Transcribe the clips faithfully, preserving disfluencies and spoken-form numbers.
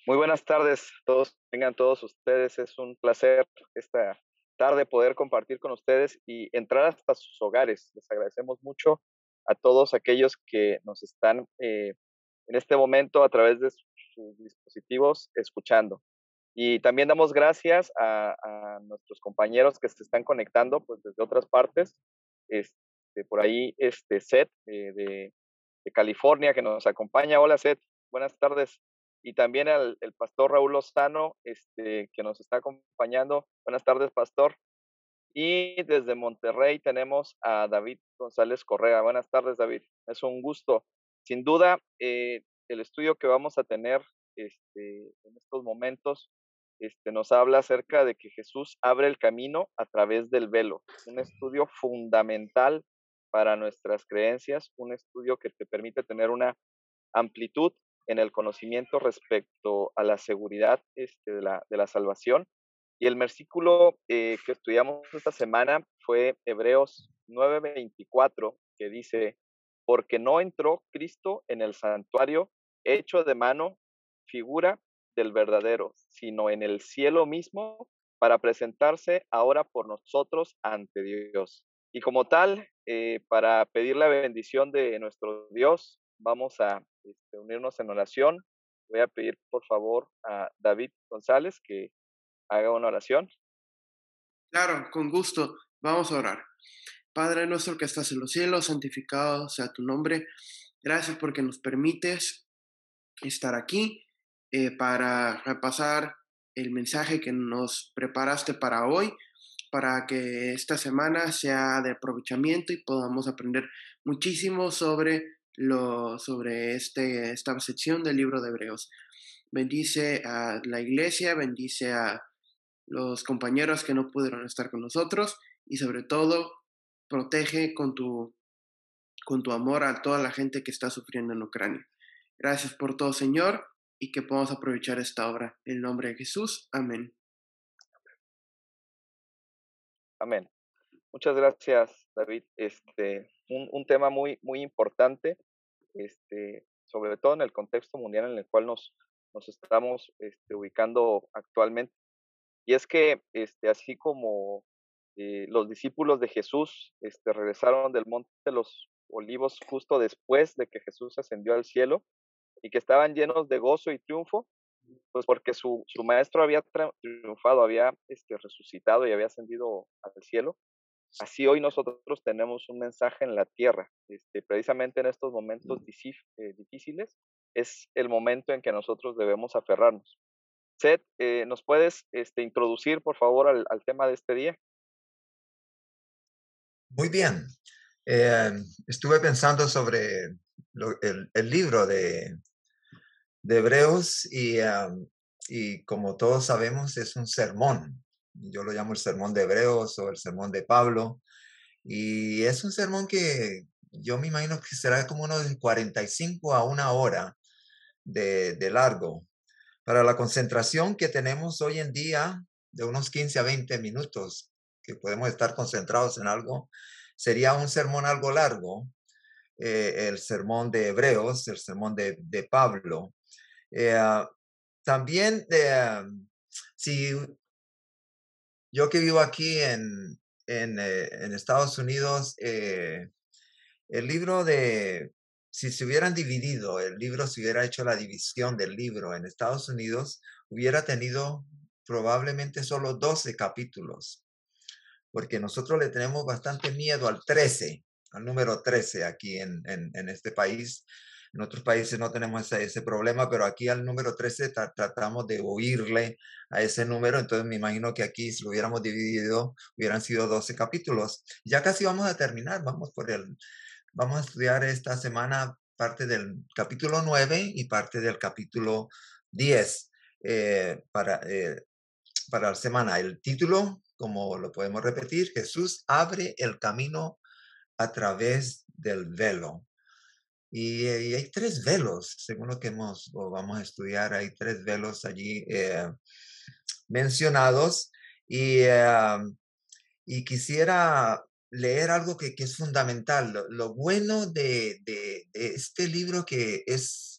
Muy buenas tardes, todos, tengan todos ustedes. Es un placer esta tarde poder compartir con ustedes y entrar hasta sus hogares. Les agradecemos mucho a todos aquellos que nos están eh, en este momento a través de sus, sus dispositivos escuchando. Y también damos gracias a, a nuestros compañeros que se están conectando pues desde otras partes. Este, por ahí, este Seth eh, de, de California que nos acompaña. Hola Seth, buenas tardes. Y también al el pastor Raúl Lozano, este, que nos está acompañando. Buenas tardes, pastor. Y desde Monterrey tenemos a David González Correa. Buenas tardes, David. Es un gusto. Sin duda, eh, el estudio que vamos a tener este, en estos momentos este, nos habla acerca de que Jesús abre el camino a través del velo. Un estudio fundamental para nuestras creencias, un estudio que te permite tener una amplitud en el conocimiento respecto a la seguridad este, de, la, de la salvación. Y el versículo eh, que estudiamos esta semana fue Hebreos nueve veinticuatro, que dice, porque no entró Cristo en el santuario hecho de mano, figura del verdadero, sino en el cielo mismo, para presentarse ahora por nosotros ante Dios. Y como tal, eh, para pedir la bendición de nuestro Dios, vamos a este, unirnos en oración. Voy a pedir por favor a David González que haga una oración. Claro, con gusto. Vamos a orar. Padre nuestro que estás en los cielos, santificado sea tu nombre. Gracias porque nos permites estar aquí eh, para repasar el mensaje que nos preparaste para hoy, para que esta semana sea de aprovechamiento y podamos aprender muchísimo sobre, lo, sobre este, esta sección del libro de Hebreos. Bendice a la iglesia, bendice a los compañeros que no pudieron estar con nosotros y sobre todo protege con tu, con tu amor a toda la gente que está sufriendo en Ucrania. Gracias por todo, Señor, y que podamos aprovechar esta obra. En el nombre de Jesús, amén. Amén. Muchas gracias, David. Este, un, un tema muy, muy importante, este, sobre todo en el contexto mundial en el cual nos, nos estamos este, ubicando actualmente. Y es que, este, así como eh, los discípulos de Jesús este, regresaron del Monte de los Olivos justo después de que Jesús ascendió al cielo y que estaban llenos de gozo y triunfo, pues porque su, su maestro había triunfado, había este, resucitado y había ascendido al cielo. Así hoy nosotros tenemos un mensaje en la tierra, este, precisamente en estos momentos eh, difíciles, es el momento en que nosotros debemos aferrarnos. Seth, eh, ¿nos puedes este, introducir, por favor, al, al tema de este día? Muy bien. Eh, estuve pensando sobre lo- el, el libro de, de Hebreos y, um, y como todos sabemos es un sermón. Yo lo llamo el sermón de Hebreos o el sermón de Pablo. Y es un sermón que yo me imagino que será como unos de cuarenta y cinco a una hora de, de largo. Para la concentración que tenemos hoy en día, de unos quince a veinte minutos, que podemos estar concentrados en algo, sería un sermón algo largo, eh, el sermón de Hebreos, el sermón de, de Pablo. Eh, ah, también, eh, si yo que vivo aquí en, en, eh, en Estados Unidos, eh, el libro de, si se hubieran dividido, el libro se hubiera hecho la división del libro en Estados Unidos, hubiera tenido probablemente solo doce capítulos, porque nosotros le tenemos bastante miedo al trece, al número trece aquí en, en, en este país. En otros países no tenemos ese, ese problema, pero aquí al número trece tra tratamos de huirle a ese número. Entonces me imagino que aquí si lo hubiéramos dividido, hubieran sido doce capítulos. Ya casi vamos a terminar, vamos por el, vamos a estudiar esta semana parte del capítulo nueve y parte del capítulo diez eh, para, eh, para la semana. El título, como lo podemos repetir, Jesús abre el camino a través del velo. Y, y hay tres velos, según lo que hemos, o vamos a estudiar, hay tres velos allí eh, mencionados. Y, eh, y quisiera leer algo que, que es fundamental. Lo, lo bueno de, de, de este libro que es,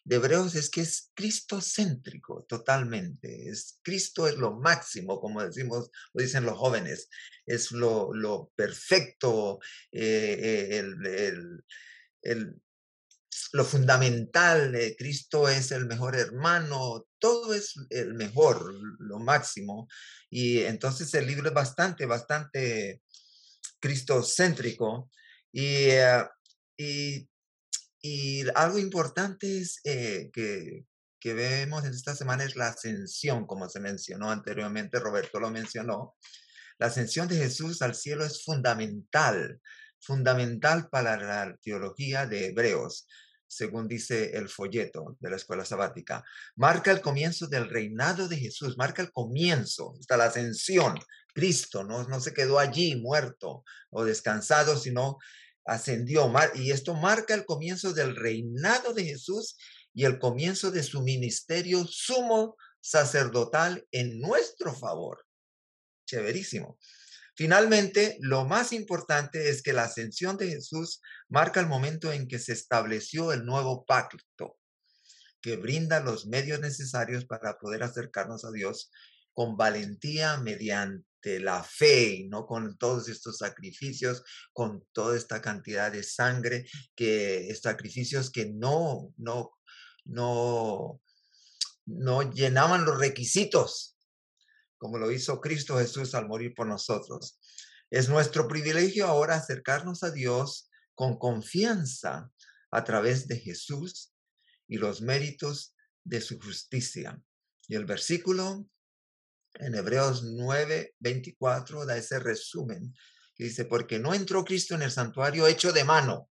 de Hebreos es que es cristocéntrico totalmente. Es, Cristo es lo máximo, como decimos, lo dicen los jóvenes. Es lo, lo perfecto, eh, eh, el, el, el, lo fundamental. Eh, Cristo es el mejor hermano, todo es el mejor, lo máximo. Y entonces el libro es bastante, bastante cristocéntrico. Y, uh, y Y algo importante es eh, que, que vemos en esta semana es la ascensión, como se mencionó anteriormente, Roberto lo mencionó. La ascensión de Jesús al cielo es fundamental, fundamental para la teología de Hebreos, según dice el folleto de la escuela sabática. Marca el comienzo del reinado de Jesús, marca el comienzo, hasta la ascensión. Cristo no, no se quedó allí muerto o descansado, sino ascendió. Y esto marca el comienzo del reinado de Jesús y el comienzo de su ministerio sumo sacerdotal en nuestro favor. Chéverísimo. Finalmente, lo más importante es que la ascensión de Jesús marca el momento en que se estableció el nuevo pacto, que brinda los medios necesarios para poder acercarnos a Dios con valentía mediante la fe y no con todos estos sacrificios, con toda esta cantidad de sangre, que sacrificios que no, no, no, no llenaban los requisitos, como lo hizo Cristo Jesús al morir por nosotros. Es nuestro privilegio ahora acercarnos a Dios con confianza a través de Jesús y los méritos de su justicia. Y el versículo en Hebreos nueve veinticuatro da ese resumen que dice, porque no entró Cristo en el santuario hecho de mano,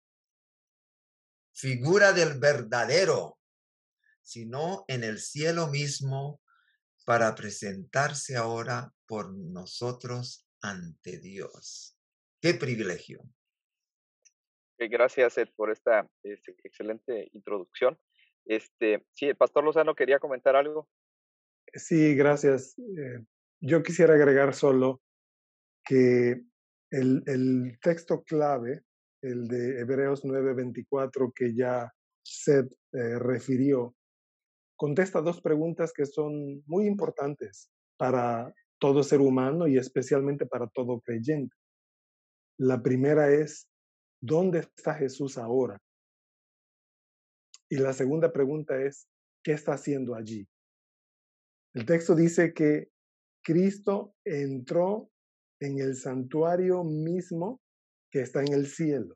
figura del verdadero, sino en el cielo mismo, para presentarse ahora por nosotros ante Dios. ¡Qué privilegio! Gracias, Ed, por esta este, excelente introducción. Este, sí, el pastor Lozano quería comentar algo. Sí, gracias. Eh, yo quisiera agregar solo que el, el texto clave, el de Hebreos nueve veinticuatro, que ya Seth eh, refirió, contesta dos preguntas que son muy importantes para todo ser humano y especialmente para todo creyente. La primera es, ¿dónde está Jesús ahora? Y la segunda pregunta es, ¿qué está haciendo allí? El texto dice que Cristo entró en el santuario mismo que está en el cielo.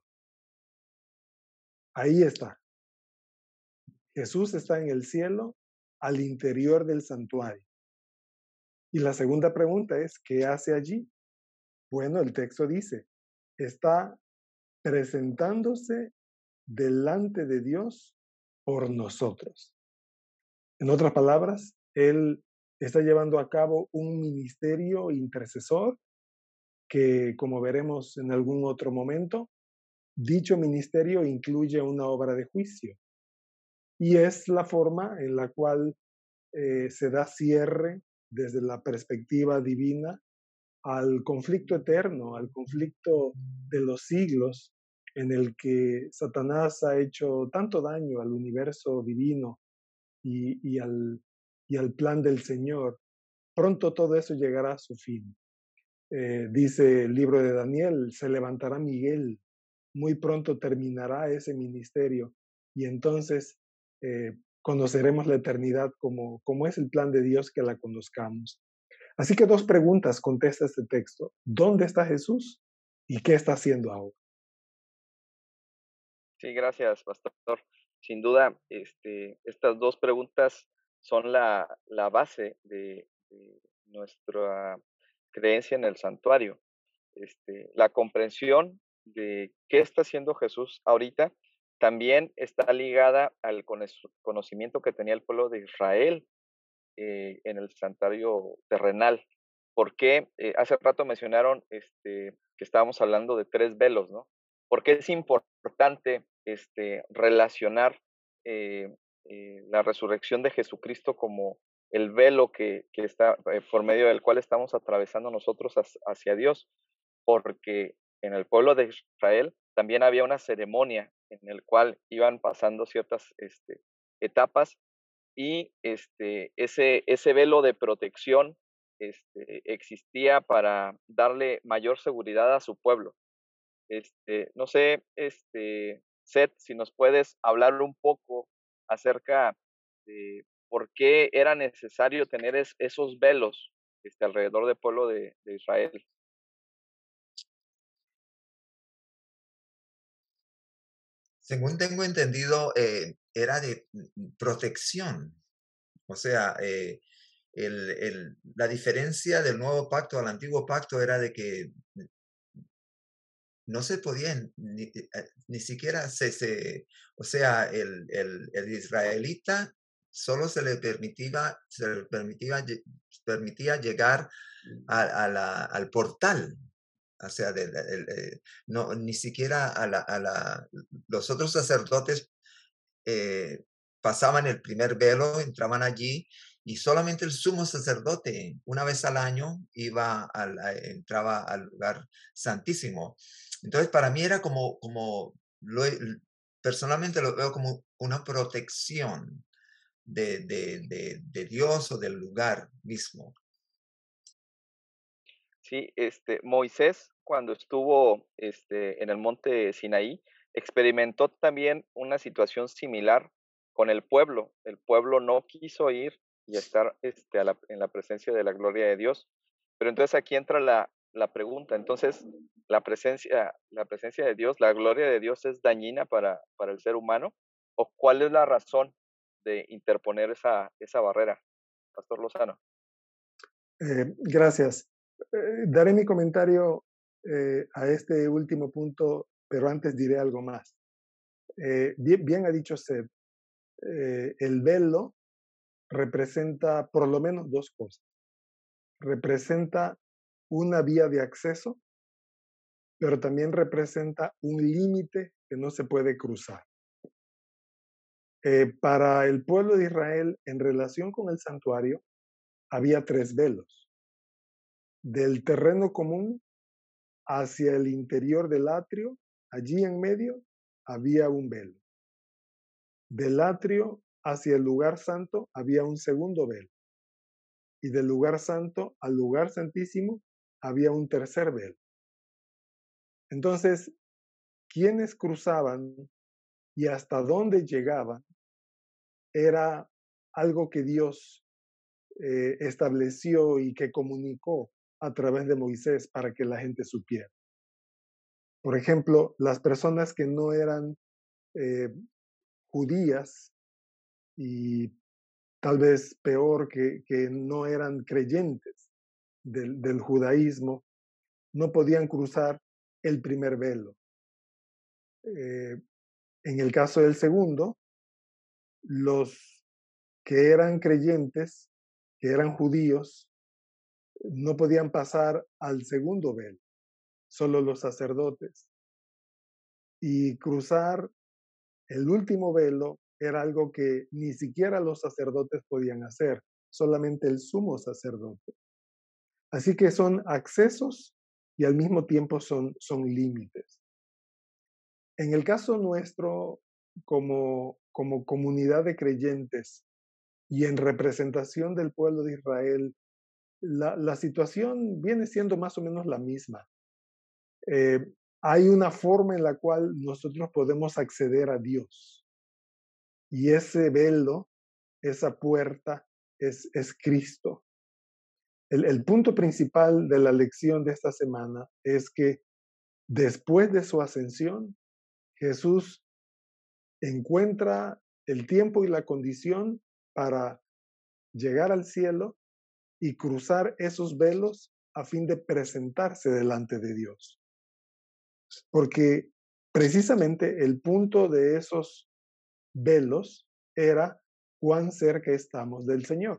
Ahí está. Jesús está en el cielo, al interior del santuario. Y la segunda pregunta es, ¿qué hace allí? Bueno, el texto dice, está presentándose delante de Dios por nosotros. En otras palabras, Él está llevando a cabo un ministerio intercesor que, como veremos en algún otro momento, dicho ministerio incluye una obra de juicio. Y es la forma en la cual eh, se da cierre desde la perspectiva divina al conflicto eterno, al conflicto de los siglos en el que Satanás ha hecho tanto daño al universo divino y, y, al, y al plan del Señor. Pronto todo eso llegará a su fin. Eh, dice el libro de Daniel, se levantará Miguel, muy pronto terminará ese ministerio y entonces eh, conoceremos la eternidad como, como es el plan de Dios que la conozcamos. Así que dos preguntas contesta este texto. ¿Dónde está Jesús y qué está haciendo ahora? Sí, gracias, pastor. Sin duda, este, estas dos preguntas son la, la base de, de nuestra creencia en el santuario. Este, la comprensión de qué está haciendo Jesús ahorita también está ligada al conocimiento que tenía el pueblo de Israel eh, en el santuario terrenal. Porque eh, hace rato mencionaron este, que estábamos hablando de tres velos, ¿no? Porque es importante este, relacionar eh, eh, la resurrección de Jesucristo como el velo que, que está, eh, por medio del cual estamos atravesando nosotros hacia Dios, porque en el pueblo de Israel también había una ceremonia en el cual iban pasando ciertas este, etapas y este, ese, ese velo de protección este, existía para darle mayor seguridad a su pueblo. Este, no sé, este, Seth, si nos puedes hablar un poco acerca de por qué era necesario tener es, esos velos este, alrededor del pueblo de, de Israel. Según tengo entendido, eh, era de protección. O sea, eh, el, el, la diferencia del nuevo pacto al antiguo pacto era de que no se podía ni, eh, ni siquiera se, se, o sea, el, el, el israelita solo se le permitía, se le permitía, permitía llegar a, a la, al portal, o sea, de, de, de, de, no, ni siquiera a la, a la, los otros sacerdotes eh, pasaban el primer velo, entraban allí y solamente el sumo sacerdote una vez al año iba al, a, entraba al lugar santísimo. Entonces para mí era como, como lo, personalmente lo veo como una protección de, de, de, de Dios o del lugar mismo. Sí, este, Moisés, cuando estuvo este, en el monte Sinaí, experimentó también una situación similar con el pueblo. El pueblo no quiso ir y estar este, a la, en la presencia de la gloria de Dios. Pero entonces aquí entra la, la pregunta. Entonces, la presencia, la presencia de Dios, la gloria de Dios es dañina para, para el ser humano. ¿O cuál es la razón de interponer esa, esa barrera, Pastor Lozano? Eh, gracias. Eh, daré mi comentario eh, a este último punto, pero antes diré algo más. Eh, bien, bien ha dicho Seb, eh, el velo representa por lo menos dos cosas. Representa una vía de acceso, pero también representa un límite que no se puede cruzar. Eh, para el pueblo de Israel, en relación con el santuario, había tres velos. Del terreno común hacia el interior del atrio, allí en medio, había un velo. Del atrio hacia el lugar santo había un segundo velo. Y del lugar santo al lugar santísimo había un tercer velo. Entonces, quienes cruzaban y hasta dónde llegaban era algo que Dios eh, estableció y que comunicó a través de Moisés para que la gente supiera. Por ejemplo, las personas que no eran eh, judías y tal vez peor que, que no eran creyentes del, del judaísmo, no podían cruzar el primer velo. Eh, en el caso del segundo, los que eran creyentes, que eran judíos, no podían pasar al segundo velo, solo los sacerdotes. Y cruzar el último velo era algo que ni siquiera los sacerdotes podían hacer, solamente el sumo sacerdote. Así que son accesos y al mismo tiempo son, son límites. En el caso nuestro, como, como comunidad de creyentes y en representación del pueblo de Israel, la, la situación viene siendo más o menos la misma. Eh, hay una forma en la cual nosotros podemos acceder a Dios. Y ese velo, esa puerta, es, es Cristo. El, el punto principal de la lección de esta semana es que después de su ascensión, Jesús encuentra el tiempo y la condición para llegar al cielo y cruzar esos velos a fin de presentarse delante de Dios. Porque precisamente el punto de esos velos era cuán cerca estamos del Señor.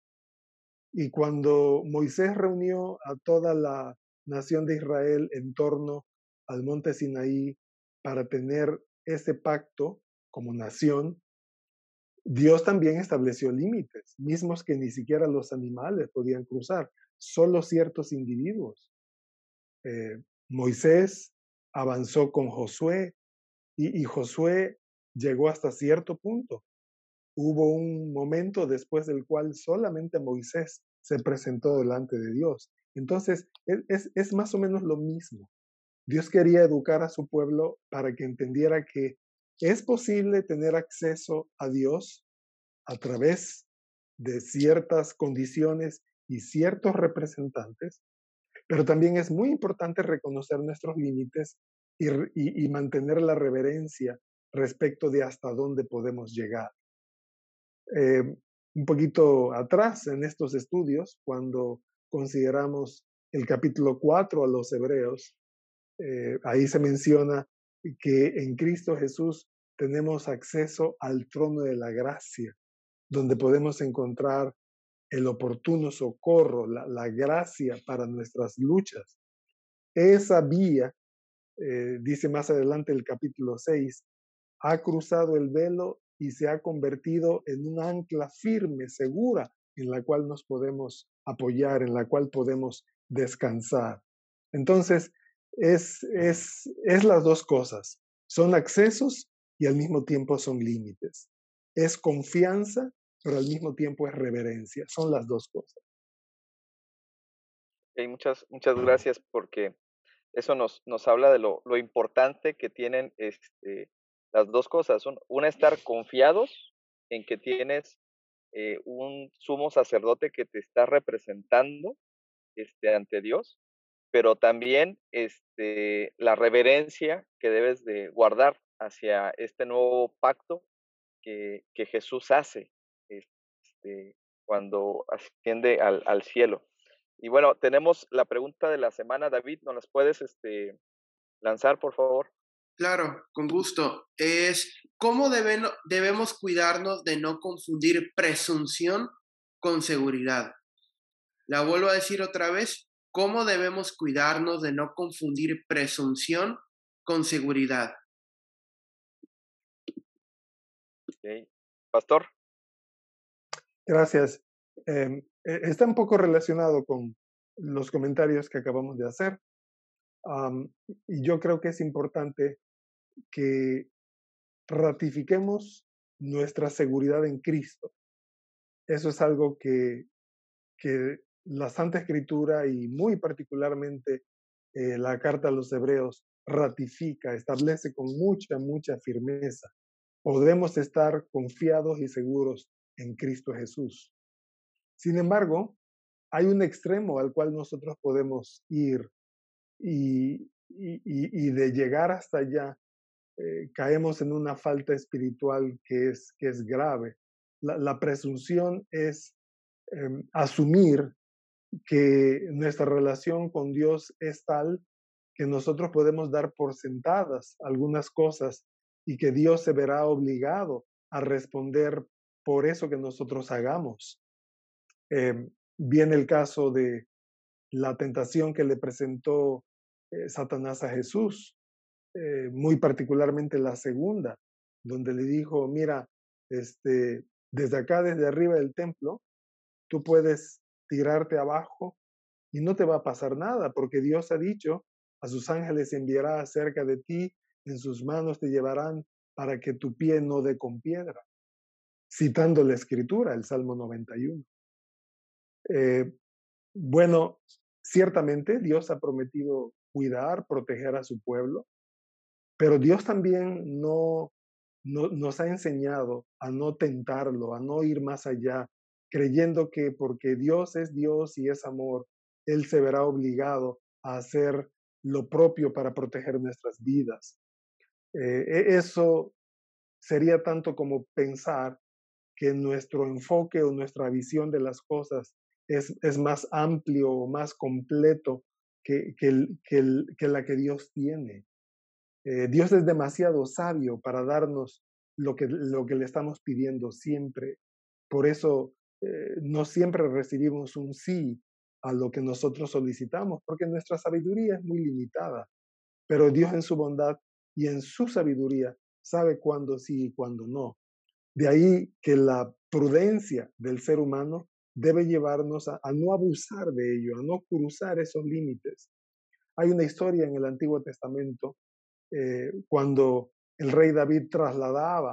Y cuando Moisés reunió a toda la nación de Israel en torno al monte Sinaí para tener ese pacto como nación, Dios también estableció límites, mismos que ni siquiera los animales podían cruzar, solo ciertos individuos. Eh, Moisés avanzó con Josué y, y Josué llegó hasta cierto punto, hubo un momento después del cual solamente Moisés se presentó delante de Dios. Entonces, es, es, es más o menos lo mismo. Dios quería educar a su pueblo para que entendiera que es posible tener acceso a Dios a través de ciertas condiciones y ciertos representantes, pero también es muy importante reconocer nuestros límites y, y, y mantener la reverencia respecto de hasta dónde podemos llegar. Eh, un poquito atrás en estos estudios, cuando consideramos el capítulo cuatro a los Hebreos, eh, ahí se menciona que en Cristo Jesús tenemos acceso al trono de la gracia, donde podemos encontrar el oportuno socorro, la, la gracia para nuestras luchas. Esa vía, eh, dice más adelante el capítulo seis, ha cruzado el velo y se ha convertido en un ancla firme, segura, en la cual nos podemos apoyar, en la cual podemos descansar. Entonces, es, es, es las dos cosas. Son accesos y al mismo tiempo son límites. Es confianza, pero al mismo tiempo es reverencia. Son las dos cosas. Okay, muchas, muchas gracias porque eso nos, nos habla de lo, lo importante que tienen este, las dos cosas. Un, una, estar confiados en que tienes eh, un sumo sacerdote que te está representando este, ante Dios, pero también este, la reverencia que debes de guardar hacia este nuevo pacto que, que Jesús hace este, cuando asciende al, al cielo. Y bueno, tenemos la pregunta de la semana, David, ¿nos las puedes este, lanzar, por favor? Claro, con gusto. Es cómo deben, debemos cuidarnos de no confundir presunción con seguridad. La vuelvo a decir otra vez, ¿cómo debemos cuidarnos de no confundir presunción con seguridad? Okay. Pastor. Gracias. Eh, está un poco relacionado con los comentarios que acabamos de hacer. Um, y yo creo que es importante que ratifiquemos nuestra seguridad en Cristo. Eso es algo que, que la Santa Escritura y muy particularmente eh, la Carta a los Hebreos ratifica, establece con mucha, mucha firmeza. Podemos estar confiados y seguros en Cristo Jesús. Sin embargo, hay un extremo al cual nosotros podemos ir y, y, y de llegar hasta allá, eh, caemos en una falta espiritual que es, que es grave. La, la presunción es eh, asumir que nuestra relación con Dios es tal que nosotros podemos dar por sentadas algunas cosas y que Dios se verá obligado a responder por eso que nosotros hagamos. Eh, viene el caso de la tentación que le presentó eh, Satanás a Jesús, eh, muy particularmente la segunda, donde le dijo, mira, este, desde acá, desde arriba del templo, tú puedes tirarte abajo y no te va a pasar nada, porque Dios ha dicho, a sus ángeles enviará cerca de ti, en sus manos te llevarán para que tu pie no dé con piedra, citando la escritura, el Salmo noventa y uno. Eh, bueno, ciertamente Dios ha prometido cuidar, proteger a su pueblo, pero Dios también no, no, nos ha enseñado a no tentarlo, a no ir más allá, creyendo que porque Dios es Dios y es amor, Él se verá obligado a hacer lo propio para proteger nuestras vidas. Eh, eso sería tanto como pensar que nuestro enfoque o nuestra visión de las cosas es, es más amplio o más completo que, que, el, que, el, que la que Dios tiene. Eh, Dios es demasiado sabio para darnos lo que, lo que le estamos pidiendo siempre. Por eso eh, no siempre recibimos un sí a lo que nosotros solicitamos, porque nuestra sabiduría es muy limitada. Pero Dios en su bondad y en su sabiduría sabe cuándo sí y cuándo no. De ahí que la prudencia del ser humano debe llevarnos a, a no abusar de ello, a no cruzar esos límites. Hay una historia en el Antiguo Testamento eh, cuando el rey David trasladaba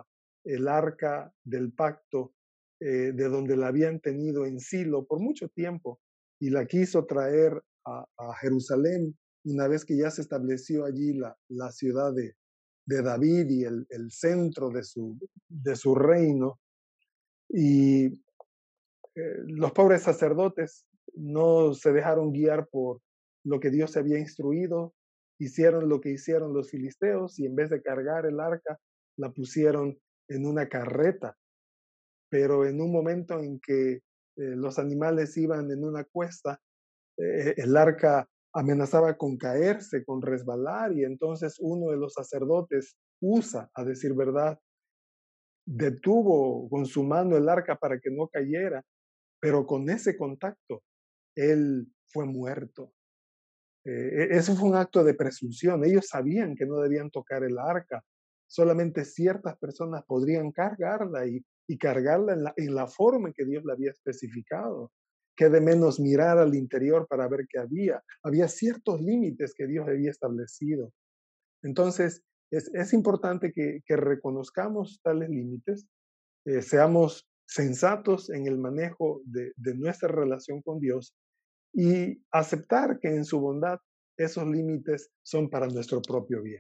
el arca del pacto eh, de donde la habían tenido en Silo por mucho tiempo y la quiso traer a, a Jerusalén una vez que ya se estableció allí la, la ciudad de, de David y el, el centro de su, de su reino. Y eh, los pobres sacerdotes no se dejaron guiar por lo que Dios se había instruido, hicieron lo que hicieron los filisteos y en vez de cargar el arca, la pusieron en una carreta. Pero en un momento en que eh, los animales iban en una cuesta, eh, el arca amenazaba con caerse, con resbalar, y entonces uno de los sacerdotes usa, a decir verdad, detuvo con su mano el arca para que no cayera, pero con ese contacto él fue muerto. Eh, e, eso fue un acto de presunción. Ellos sabían que no debían tocar el arca. Solamente ciertas personas podrían cargarla y, y cargarla en la, en la forma en que Dios la había especificado. Que de menos mirar al interior para ver qué había. Había ciertos límites que Dios había establecido. Entonces, es, es importante que, que reconozcamos tales límites, eh, seamos sensatos en el manejo de, de nuestra relación con Dios y aceptar que en su bondad esos límites son para nuestro propio bien.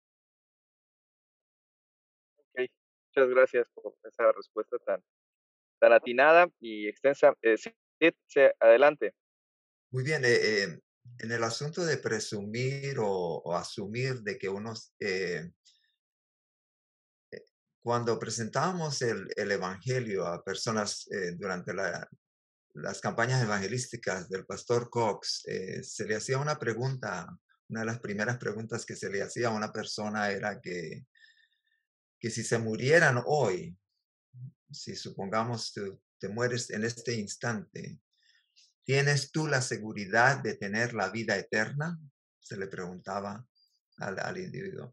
Ok, muchas gracias por esa respuesta tan, tan atinada y extensa. Eh, sí, sí, adelante. Muy bien, eh, eh, en el asunto de presumir o, o asumir de que unos, eh, eh, cuando presentábamos el, el Evangelio a personas eh, durante la, las campañas evangelísticas del pastor Cox, eh, se le hacía una pregunta, una de las primeras preguntas que se le hacía a una persona era que, que si se murieran hoy, si supongamos te, te mueres en este instante, ¿tienes tú la seguridad de tener la vida eterna? Se le preguntaba al, al individuo.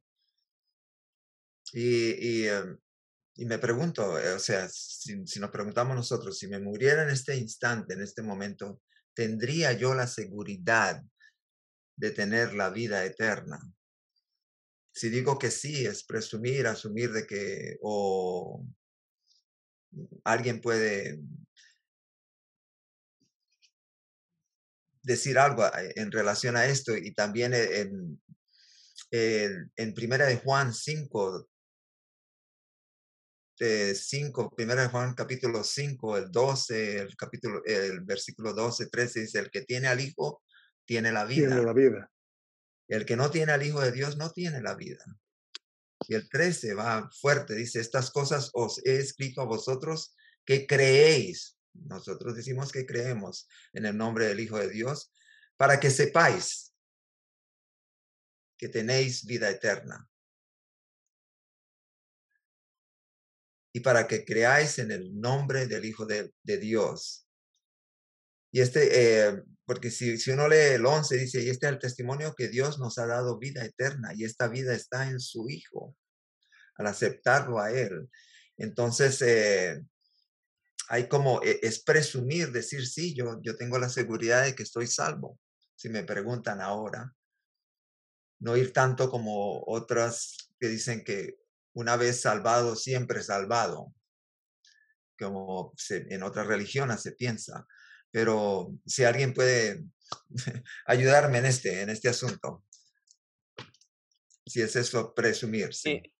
Y, y, um, y me pregunto, eh, o sea, si, si nos preguntamos nosotros, si me muriera en este instante, en este momento, ¿tendría yo la seguridad de tener la vida eterna? Si digo que sí, es presumir, asumir de que, o alguien puede decir algo en relación a esto, y también en, en, en Primera de Juan cinco, eh, cinco, Primera de Juan capítulo cinco, el doce, el capítulo, el versículo doce, trece, dice, el que tiene al Hijo tiene la Tiene vida. la vida. El que no tiene al Hijo de Dios no tiene la vida. Y el trece va fuerte, dice, estas cosas os he escrito a vosotros que creéis. Nosotros decimos que creemos en el nombre del Hijo de Dios, para que sepáis que tenéis vida eterna. Y para que creáis en el nombre del Hijo de, de Dios. Y este, eh, porque si, si uno lee el once, dice, y este es el testimonio que Dios nos ha dado vida eterna, y esta vida está en su Hijo, al aceptarlo a Él. Entonces, eh, hay como, eh, es presumir, decir, sí, yo, yo tengo la seguridad de que estoy salvo, si me preguntan ahora. No ir tanto como otras que dicen que una vez salvado, siempre salvado, como se, en otras religiones se piensa. Pero si alguien puede ayudarme en este, en este asunto, si es eso, presumir, Sí, sí.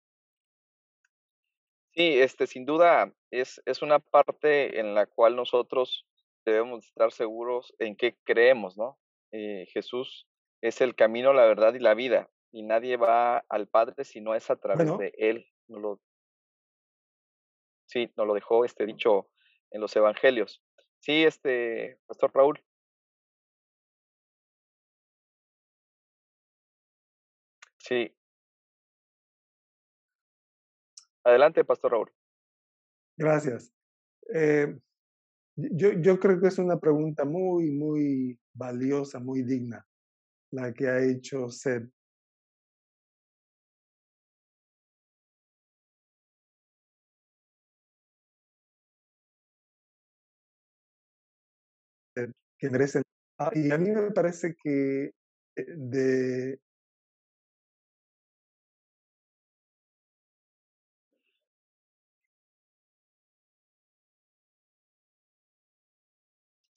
sí, este, sin duda es, es una parte en la cual nosotros debemos estar seguros en qué creemos, ¿no? Eh, Jesús es el camino, la verdad y la vida, y nadie va al Padre si no es a través Bueno, de Él. Nos lo, sí, nos lo dejó este dicho en los evangelios. Sí, este, Pastor Raúl. Sí, adelante, Pastor Raúl. gracias. Eh, yo, yo creo que es una pregunta muy, muy valiosa, muy digna, la que ha hecho Seth. Que merecen. Ah, y a mí me parece que eh, de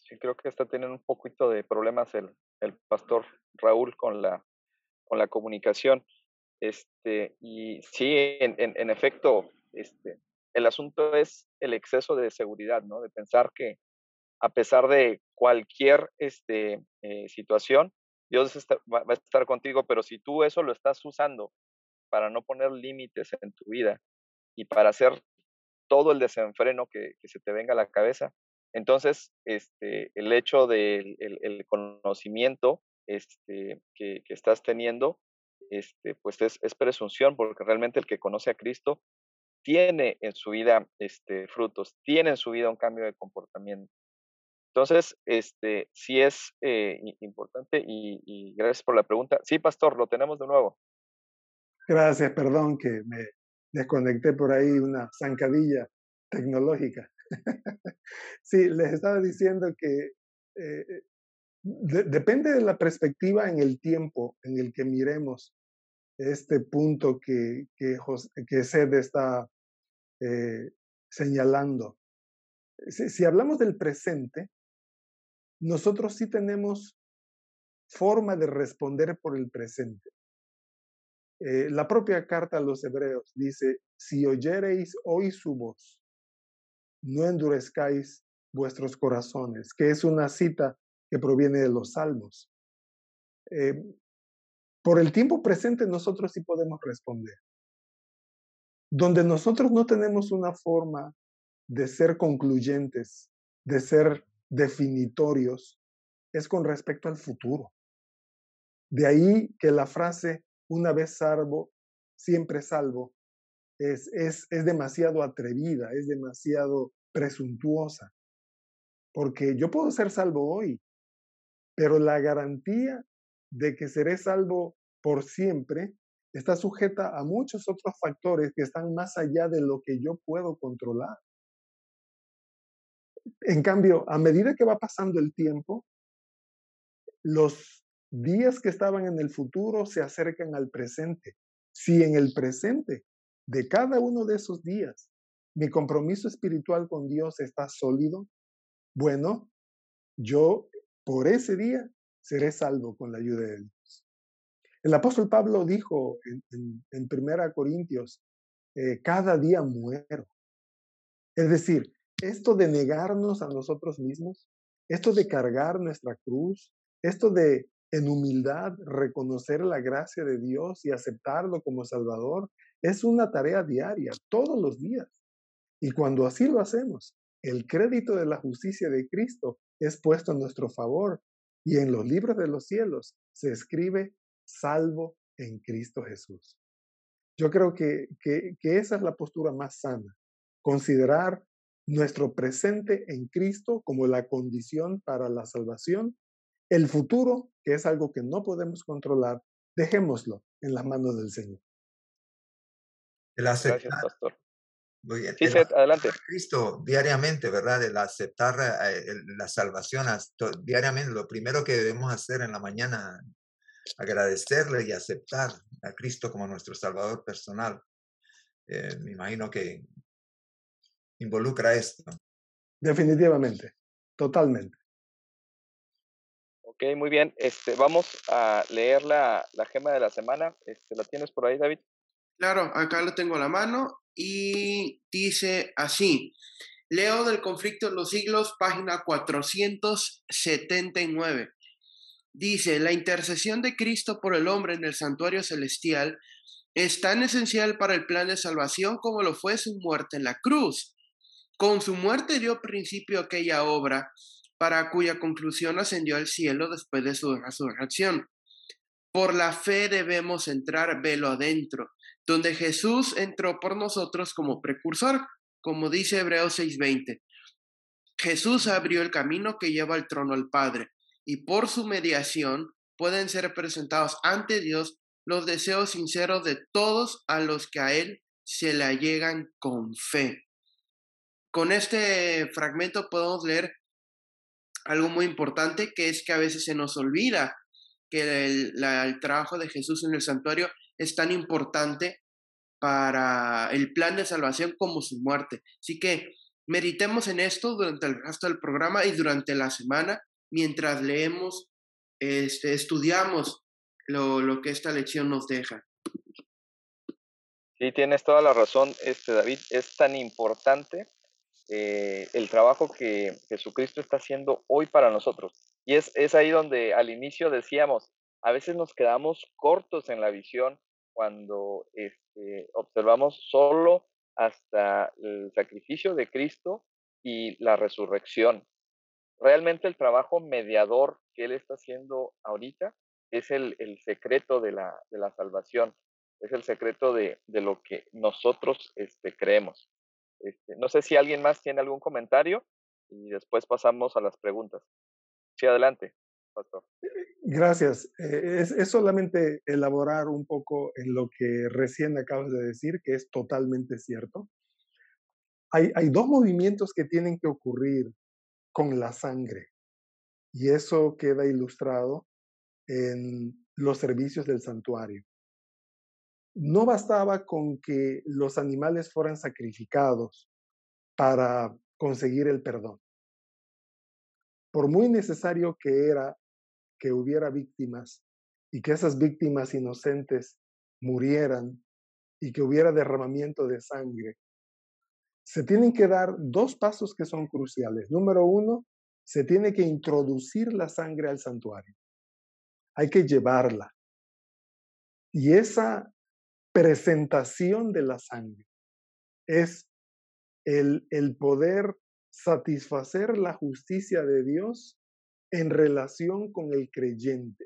Sí, creo que está teniendo un poquito de problemas el, el pastor Raúl con la, con la comunicación. Este, y sí, en, en, en efecto, este, el asunto es el exceso de seguridad, ¿no? De pensar que a pesar de cualquier este, eh, situación, Dios está, va, va a estar contigo, pero si tú eso lo estás usando para no poner límites en tu vida y para hacer todo el desenfreno que, que se te venga a la cabeza, entonces este, el hecho del el, el conocimiento este, que, que estás teniendo, este, pues es, es presunción, porque realmente el que conoce a Cristo tiene en su vida este, frutos, tiene en su vida un cambio de comportamiento. Entonces, este, sí es eh, importante y, y gracias por la pregunta. Sí, pastor, lo tenemos de nuevo. Gracias, perdón que me desconecté por ahí, una zancadilla tecnológica. Sí, les estaba diciendo que eh, de, depende de la perspectiva en el tiempo en el que miremos este punto que, que, José, que Sed está eh, señalando. Si, si hablamos del presente, nosotros sí tenemos forma de responder por el presente. Eh, la propia carta a los hebreos dice, si oyereis hoy su voz, no endurezcáis vuestros corazones, que es una cita que proviene de los Salmos. Eh, por el tiempo presente nosotros sí podemos responder. Donde nosotros no tenemos una forma de ser concluyentes, de ser definitorios, es con respecto al futuro. De ahí que la frase, una vez salvo, siempre salvo, es, es, es demasiado atrevida, es demasiado presuntuosa. Porque yo puedo ser salvo hoy, pero la garantía de que seré salvo por siempre está sujeta a muchos otros factores que están más allá de lo que yo puedo controlar. En cambio, a medida que va pasando el tiempo, los días que estaban en el futuro se acercan al presente. Si en el presente de cada uno de esos días mi compromiso espiritual con Dios está sólido, bueno, yo por ese día seré salvo con la ayuda de Dios. El apóstol Pablo dijo en, en, en Primera Corintios, eh, cada día muero. Es decir, esto de negarnos a nosotros mismos, esto de cargar nuestra cruz, esto de en humildad reconocer la gracia de Dios y aceptarlo como Salvador, es una tarea diaria, todos los días. Y cuando así lo hacemos, el crédito de la justicia de Cristo es puesto a nuestro favor y en los libros de los cielos se escribe salvo en Cristo Jesús. Yo creo que, que, que esa es la postura más sana, considerar nuestro presente en Cristo como la condición para la salvación. El futuro, que es algo que no podemos controlar, dejémoslo en las manos del Señor. El aceptar, Gracias, pastor. muy bien, Sí, el Seth, adelante. aceptar a Cristo diariamente, ¿verdad? El aceptar eh, el, la salvación hasta, diariamente, lo primero que debemos hacer en la mañana, agradecerle y aceptar a Cristo como nuestro Salvador personal. Eh, me imagino que involucra esto. Definitivamente, totalmente. Ok, muy bien. Este, vamos a leer la, la gema de la semana. Este, ¿la tienes por ahí, David? Claro, acá lo tengo a la mano y dice así. Leo del Conflicto de los Siglos, página cuatrocientos setenta y nueve. Dice, la intercesión de Cristo por el hombre en el santuario celestial es tan esencial para el plan de salvación como lo fue su muerte en la cruz. Con su muerte dio principio a aquella obra para cuya conclusión ascendió al cielo después de su resurrección. Por la fe debemos entrar velo adentro, donde Jesús entró por nosotros como precursor, como dice Hebreos seis veinte. Jesús abrió el camino que lleva al trono al Padre, y por su mediación pueden ser presentados ante Dios los deseos sinceros de todos a los que a Él se le allegan con fe. Con este fragmento podemos leer algo muy importante, que es que a veces se nos olvida que el, la, el trabajo de Jesús en el santuario es tan importante para el plan de salvación como su muerte. Así que meditemos en esto durante el resto del programa y durante la semana, mientras leemos, este, estudiamos lo, lo que esta lección nos deja. Sí, tienes toda la razón, este, David. Es tan importante eh, el trabajo que Jesucristo está haciendo hoy para nosotros. Y es, es ahí donde al inicio decíamos, a veces nos quedamos cortos en la visión cuando este, observamos solo hasta el sacrificio de Cristo y la resurrección. Realmente el trabajo mediador que Él está haciendo ahorita es el, el secreto de la, de la salvación, es el secreto de, de lo que nosotros este, creemos. Este, no sé si alguien más tiene algún comentario y después pasamos a las preguntas. Sí, adelante, pastor. Gracias. Eh, es, es solamente elaborar un poco en lo que recién acabas de decir, que es totalmente cierto. Hay, hay dos movimientos que tienen que ocurrir con la sangre y eso queda ilustrado en los servicios del santuario. No bastaba con que los animales fueran sacrificados para conseguir el perdón. Por muy necesario que era que hubiera víctimas y que esas víctimas inocentes murieran y que hubiera derramamiento de sangre, se tienen que dar dos pasos que son cruciales. Número uno, se tiene que introducir la sangre al santuario. Hay que llevarla. Y esa presentación de la sangre es el, el poder satisfacer la justicia de Dios en relación con el creyente.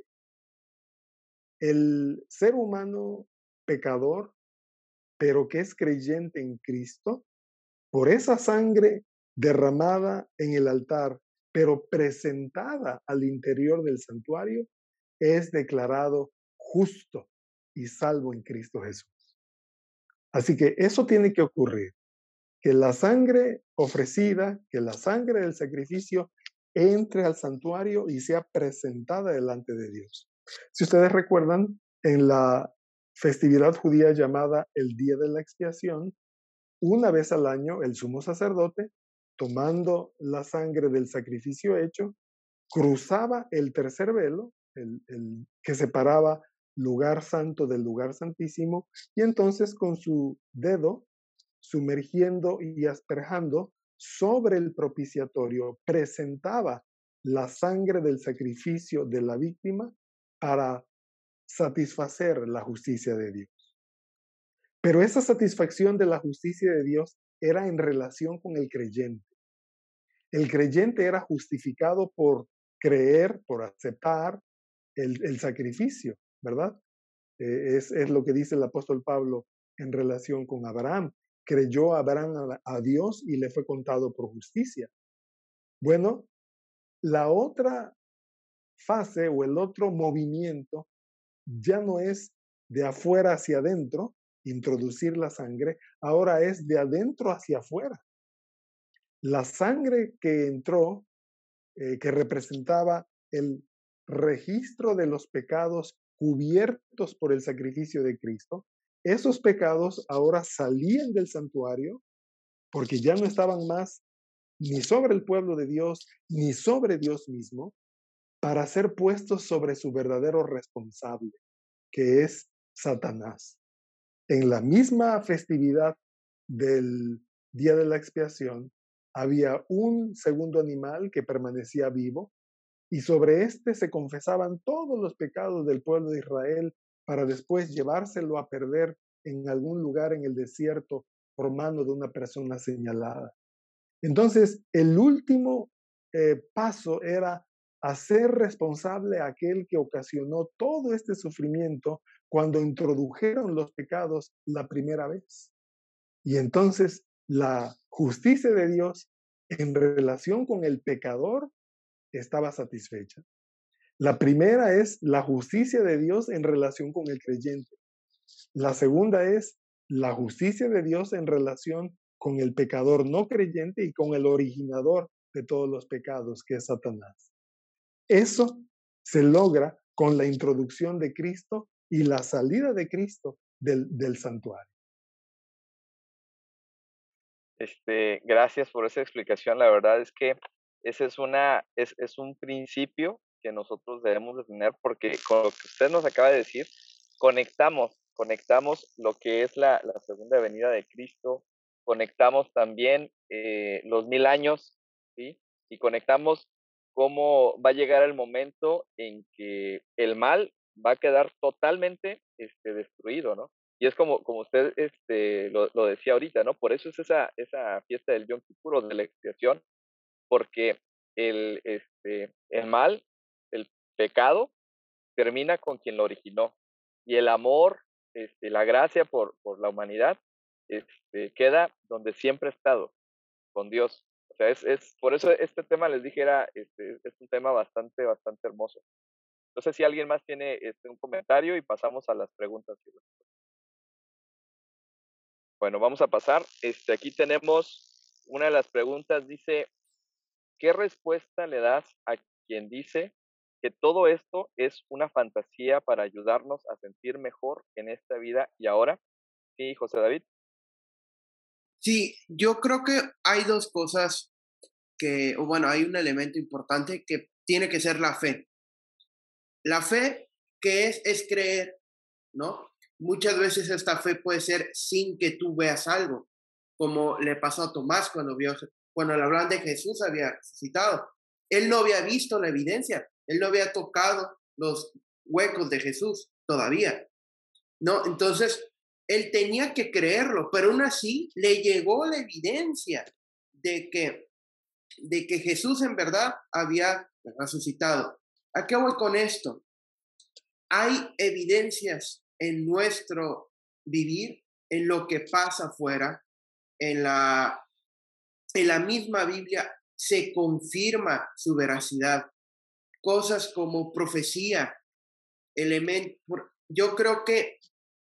El ser humano pecador, pero que es creyente en Cristo, por esa sangre derramada en el altar, pero presentada al interior del santuario, es declarado justo y salvo en Cristo Jesús. Así que eso tiene que ocurrir, que la sangre ofrecida, que la sangre del sacrificio entre al santuario y sea presentada delante de Dios. Si ustedes recuerdan, en la festividad judía llamada el Día de la Expiación, una vez al año el sumo sacerdote, tomando la sangre del sacrificio hecho, cruzaba el tercer velo, el, el que separaba lugar santo del lugar santísimo, y entonces con su dedo, sumergiendo y asperjando sobre el propiciatorio, presentaba la sangre del sacrificio de la víctima para satisfacer la justicia de Dios. Pero esa satisfacción de la justicia de Dios era en relación con el creyente. El creyente era justificado por creer, por aceptar el, el sacrificio, ¿verdad? Eh, es, es lo que dice el apóstol Pablo en relación con Abraham. Creyó Abraham a, a Dios y le fue contado por justicia. Bueno, la otra fase o el otro movimiento ya no es de afuera hacia adentro, introducir la sangre, ahora es de adentro hacia afuera. La sangre que entró, eh, que representaba el registro de los pecados cubiertos por el sacrificio de Cristo, esos pecados ahora salían del santuario porque ya no estaban más ni sobre el pueblo de Dios, ni sobre Dios mismo, para ser puestos sobre su verdadero responsable, que es Satanás. En la misma festividad del Día de la Expiación, había un segundo animal que permanecía vivo y sobre este se confesaban todos los pecados del pueblo de Israel para después llevárselo a perder en algún lugar en el desierto por mano de una persona señalada. Entonces, el último eh, paso era hacer responsable a aquel que ocasionó todo este sufrimiento cuando introdujeron los pecados la primera vez. Y entonces la justicia de Dios en relación con el pecador estaba satisfecha. La primera es la justicia de Dios en relación con el creyente. La segunda es la justicia de Dios en relación con el pecador no creyente y con el originador de todos los pecados, que es Satanás. Eso se logra con la introducción de Cristo y la salida de Cristo del, del santuario. Este, gracias por esa explicación. La verdad es que ese es una es es un principio que nosotros debemos de tener, porque con lo que usted nos acaba de decir, conectamos conectamos lo que es la la segunda venida de Cristo, conectamos también, eh, los mil años, ¿sí? Y conectamos cómo va a llegar el momento en que el mal va a quedar totalmente, este, destruido, ¿no? Y es como como usted, este, lo lo decía ahorita, ¿no? Por eso es esa esa fiesta del Yom Kippur, o de la expiación, porque el, este, el mal, el pecado, termina con quien lo originó. Y el amor, este, la gracia por por la humanidad, este, queda donde siempre ha estado, con Dios. O sea, es es por eso este tema les dije era, este, es un tema bastante, bastante hermoso. No sé si alguien más tiene, este, un comentario y pasamos a las preguntas y respuestas. Bueno, vamos a pasar. Este, aquí tenemos una de las preguntas, dice, ¿qué respuesta le das a quien dice que todo esto es una fantasía para ayudarnos a sentir mejor en esta vida y ahora? Sí, José David. Sí, yo creo que hay dos cosas que, o bueno, hay un elemento importante que tiene que ser la fe. La fe, que es, es creer, ¿no? Muchas veces esta fe puede ser sin que tú veas algo, como le pasó a Tomás cuando vio, cuando le hablan de Jesús había resucitado. Él no había visto la evidencia, él no había tocado los huecos de Jesús todavía, ¿no? Entonces, él tenía que creerlo, pero aún así le llegó la evidencia de que, de que Jesús en verdad había resucitado. ¿A qué voy con esto? Hay evidencias en nuestro vivir, en lo que pasa afuera, en la, en la misma Biblia se confirma su veracidad. Cosas como profecía, elemento. Yo creo que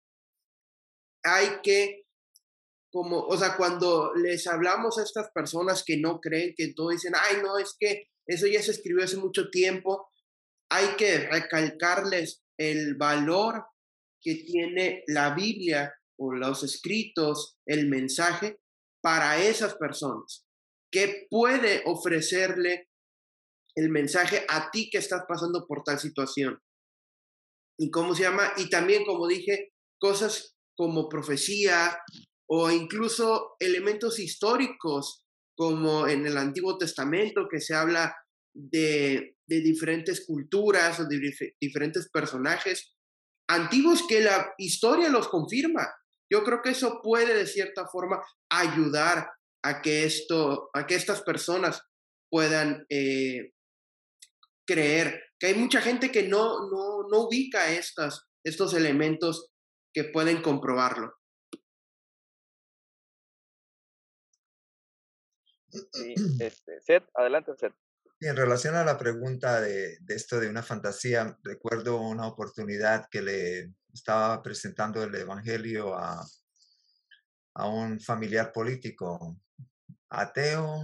hay que, como, o sea, cuando les hablamos a estas personas que no creen, que todo dicen, ay, no, es que eso ya se escribió hace mucho tiempo, hay que recalcarles el valor que tiene la Biblia o los escritos, el mensaje para esas personas. ¿Qué puede ofrecerle el mensaje a ti que estás pasando por tal situación? ¿Y cómo se llama? Y también, como dije, cosas como profecía o incluso elementos históricos, como en el Antiguo Testamento, que se habla de, de diferentes culturas o de dif diferentes personajes antiguos que la historia los confirma. Yo creo que eso puede de cierta forma ayudar a que esto, a que estas personas puedan eh, creer, que hay mucha gente que no, no, no ubica estas, estos elementos que pueden comprobarlo. Sí, este, Seth, adelante, Seth. Y en relación a la pregunta de, de esto de una fantasía, recuerdo una oportunidad que le estaba presentando el Evangelio a, a un familiar político ateo,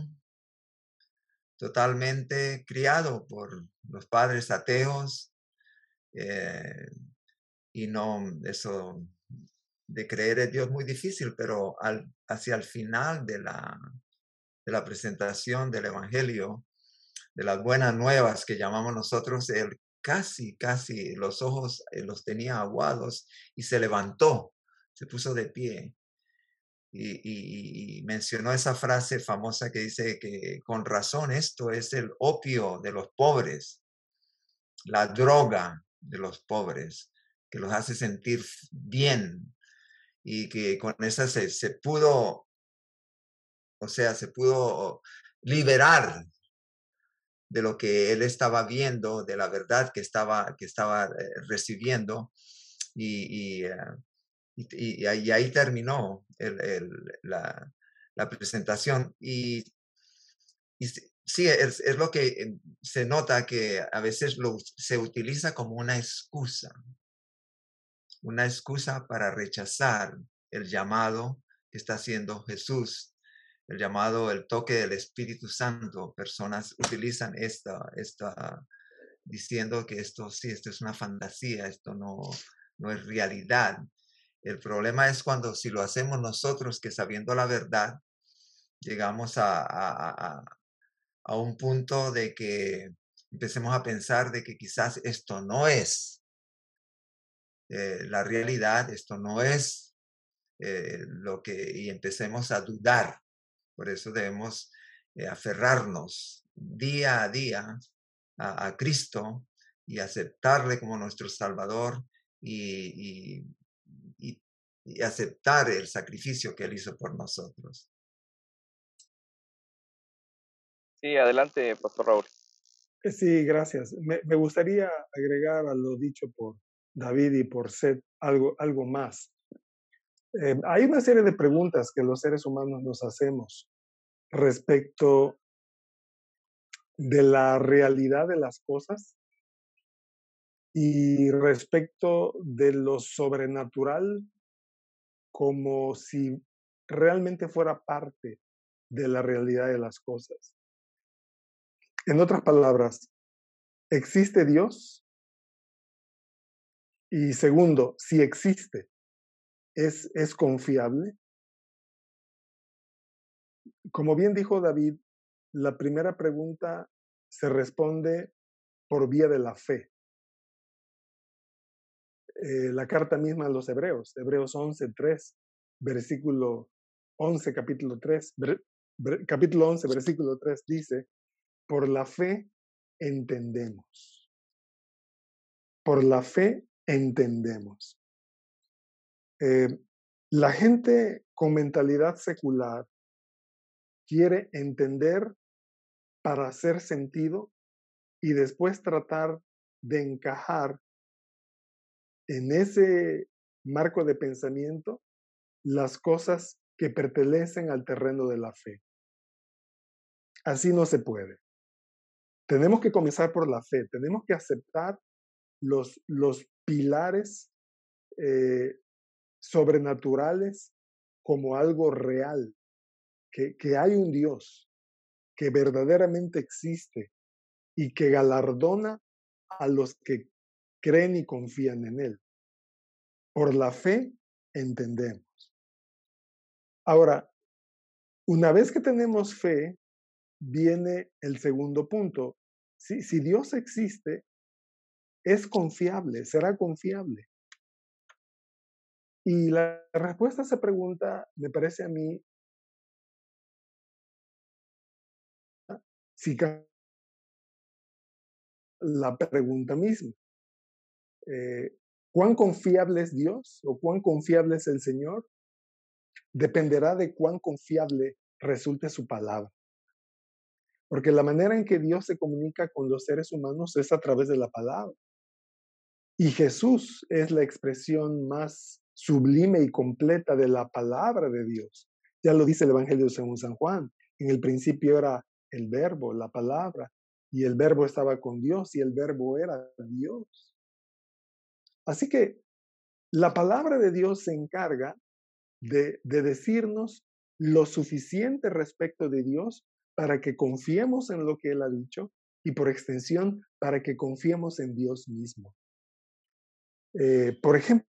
totalmente criado por los padres ateos, eh, y no, eso de creer en Dios muy difícil, pero al, hacia el final de la, de la presentación del Evangelio, de las buenas nuevas que llamamos nosotros, él casi, casi los ojos eh, los tenía aguados y se levantó, se puso de pie y, y, y mencionó esa frase famosa que dice que con razón esto es el opio de los pobres, la droga de los pobres, que los hace sentir bien y que con esa se, se pudo, o sea, se pudo liberar de lo que él estaba viendo, de la verdad que estaba, que estaba eh, recibiendo, y, y, uh, y, y, ahí, y, ahí terminó el, el, la, la, presentación. Y, y sí, es, es, lo que se nota que a veces lo, se utiliza como una excusa, una excusa para rechazar el llamado que está haciendo Jesús, el llamado, el toque del Espíritu Santo. Personas utilizan esta, esta diciendo que esto sí, esto es una fantasía, esto no, no es realidad. El problema es cuando si lo hacemos nosotros, que sabiendo la verdad, llegamos a, a, a, a un punto de que empecemos a pensar de que quizás esto no es eh, la realidad, esto no es eh, lo que, y empecemos a dudar. Por eso debemos eh, aferrarnos día a día a, a Cristo y aceptarle como nuestro Salvador y, y, y, y aceptar el sacrificio que Él hizo por nosotros. Sí, adelante, Pastor Raúl. Sí, gracias. Me, me gustaría agregar a lo dicho por David y por Seth algo, algo más. Eh, hay una serie de preguntas que los seres humanos nos hacemos respecto de la realidad de las cosas y respecto de lo sobrenatural como si realmente fuera parte de la realidad de las cosas. En otras palabras, ¿existe Dios? Y segundo, si existe, ¿es, es confiable? Como bien dijo David, la primera pregunta se responde por vía de la fe. Eh, la carta misma a los Hebreos, Hebreos once, tres, versículo once, capítulo tres, ver, ver, capítulo once, versículo tres dice, por la fe entendemos. Por la fe entendemos. Eh, la gente con mentalidad secular quiere entender para hacer sentido y después tratar de encajar en ese marco de pensamiento las cosas que pertenecen al terreno de la fe. Así no se puede. Tenemos que comenzar por la fe, tenemos que aceptar los, los pilares eh, sobrenaturales como algo real, que, que hay un Dios que verdaderamente existe y que galardona a los que creen y confían en Él. Por la fe entendemos. Ahora, una vez que tenemos fe, viene el segundo punto. Si, si Dios existe, es confiable, será confiable. Y la respuesta a esa pregunta me parece a mí si la pregunta misma. Eh, ¿Cuán confiable es Dios o cuán confiable es el Señor? Dependerá de cuán confiable resulte su palabra. Porque la manera en que Dios se comunica con los seres humanos es a través de la palabra. Y Jesús es la expresión más sublime y completa de la palabra de Dios. Ya lo dice el Evangelio según San Juan. En el principio era el verbo, la palabra, y el verbo estaba con Dios y el verbo era Dios. Así que la palabra de Dios se encarga de, de decirnos lo suficiente respecto de Dios para que confiemos en lo que Él ha dicho y por extensión para que confiemos en Dios mismo. Eh, por ejemplo,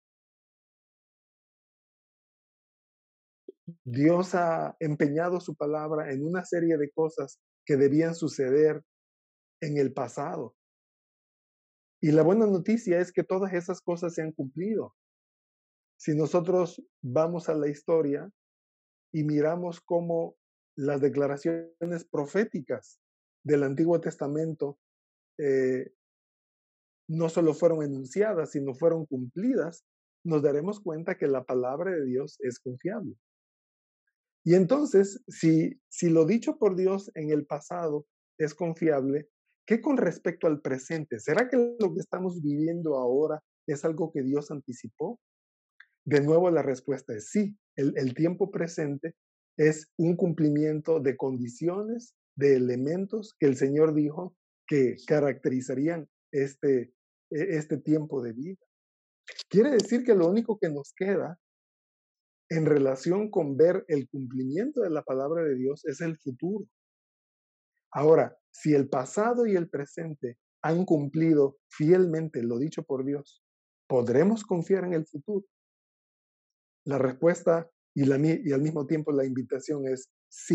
Dios ha empeñado su palabra en una serie de cosas que debían suceder en el pasado. Y la buena noticia es que todas esas cosas se han cumplido. Si nosotros vamos a la historia y miramos cómo las declaraciones proféticas del Antiguo Testamento eh, no solo fueron enunciadas, sino fueron cumplidas, nos daremos cuenta que la palabra de Dios es confiable. Y entonces, si, si lo dicho por Dios en el pasado es confiable, ¿qué con respecto al presente? ¿Será que lo que estamos viviendo ahora es algo que Dios anticipó? De nuevo, la respuesta es sí. El, el tiempo presente es un cumplimiento de condiciones, de elementos que el Señor dijo que caracterizarían este, este tiempo de vida. Quiere decir que lo único que nos queda en relación con ver el cumplimiento de la palabra de Dios es el futuro. Ahora, si el pasado y el presente han cumplido fielmente lo dicho por Dios, ¿podremos confiar en el futuro? La respuesta y, la, y al mismo tiempo la invitación es sí,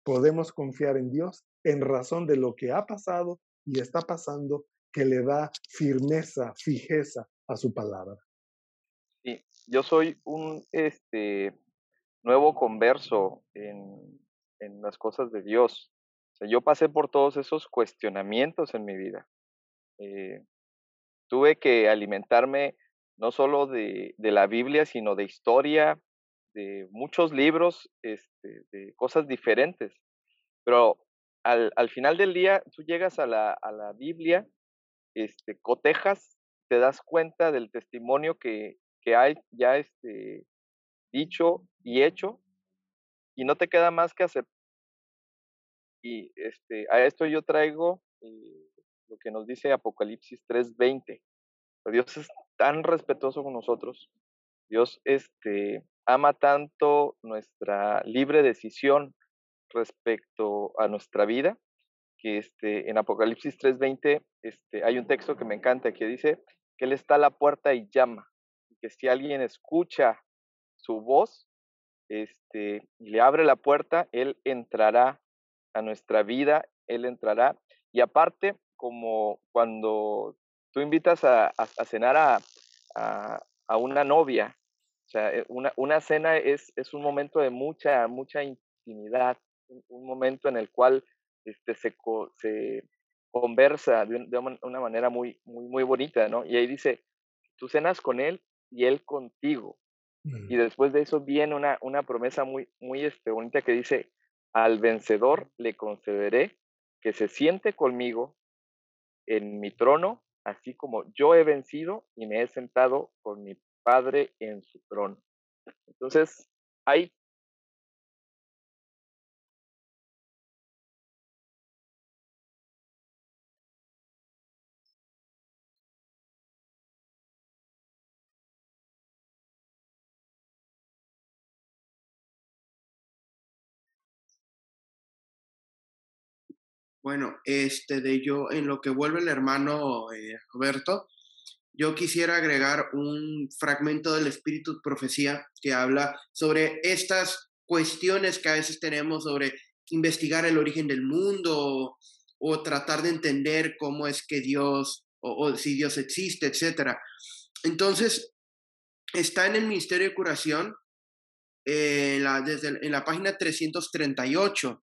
podemos confiar en Dios en razón de lo que ha pasado y está pasando, que le da firmeza, fijeza a su palabra. Sí, yo soy un este, nuevo converso en, en las cosas de Dios. O sea, yo pasé por todos esos cuestionamientos en mi vida. Eh, tuve que alimentarme no solo de, de la Biblia, sino de historia, de muchos libros, este, de cosas diferentes. Pero al, al final del día, tú llegas a la, a la Biblia, este, cotejas, te das cuenta del testimonio que, que hay ya este, dicho y hecho, y no te queda más que aceptar. Y este, a esto yo traigo eh, lo que nos dice Apocalipsis tres veinte. Dios es tan respetuoso con nosotros. Dios este, ama tanto nuestra libre decisión respecto a nuestra vida, que este, en Apocalipsis tres veinte este, hay un texto que me encanta que dice que Él está a la puerta y llama, y que si alguien escucha su voz este, y le abre la puerta, Él entrará a nuestra vida, Él entrará. Y aparte, como cuando tú invitas a, a, a cenar a, a, a, una novia, o sea, una, una cena es, es un momento de mucha, mucha intimidad, un, un momento en el cual este, se, se conversa de, un, de, una manera muy, muy, muy bonita, ¿no? Y ahí dice, tú cenas con Él y Él contigo. Y después de eso viene una, una promesa muy, muy este, bonita que dice, al vencedor le concederé que se siente conmigo en mi trono, así como yo he vencido y me he sentado con mi Padre en su trono. Entonces, hay... Bueno, este de yo, en lo que vuelve el hermano eh, Roberto, yo quisiera agregar un fragmento del Espíritu Profecía que habla sobre estas cuestiones que a veces tenemos sobre investigar el origen del mundo o, o tratar de entender cómo es que Dios o, o si Dios existe, etcétera. Entonces, está en el Ministerio de Curación, eh, la, desde, en la página trescientos treinta y ocho.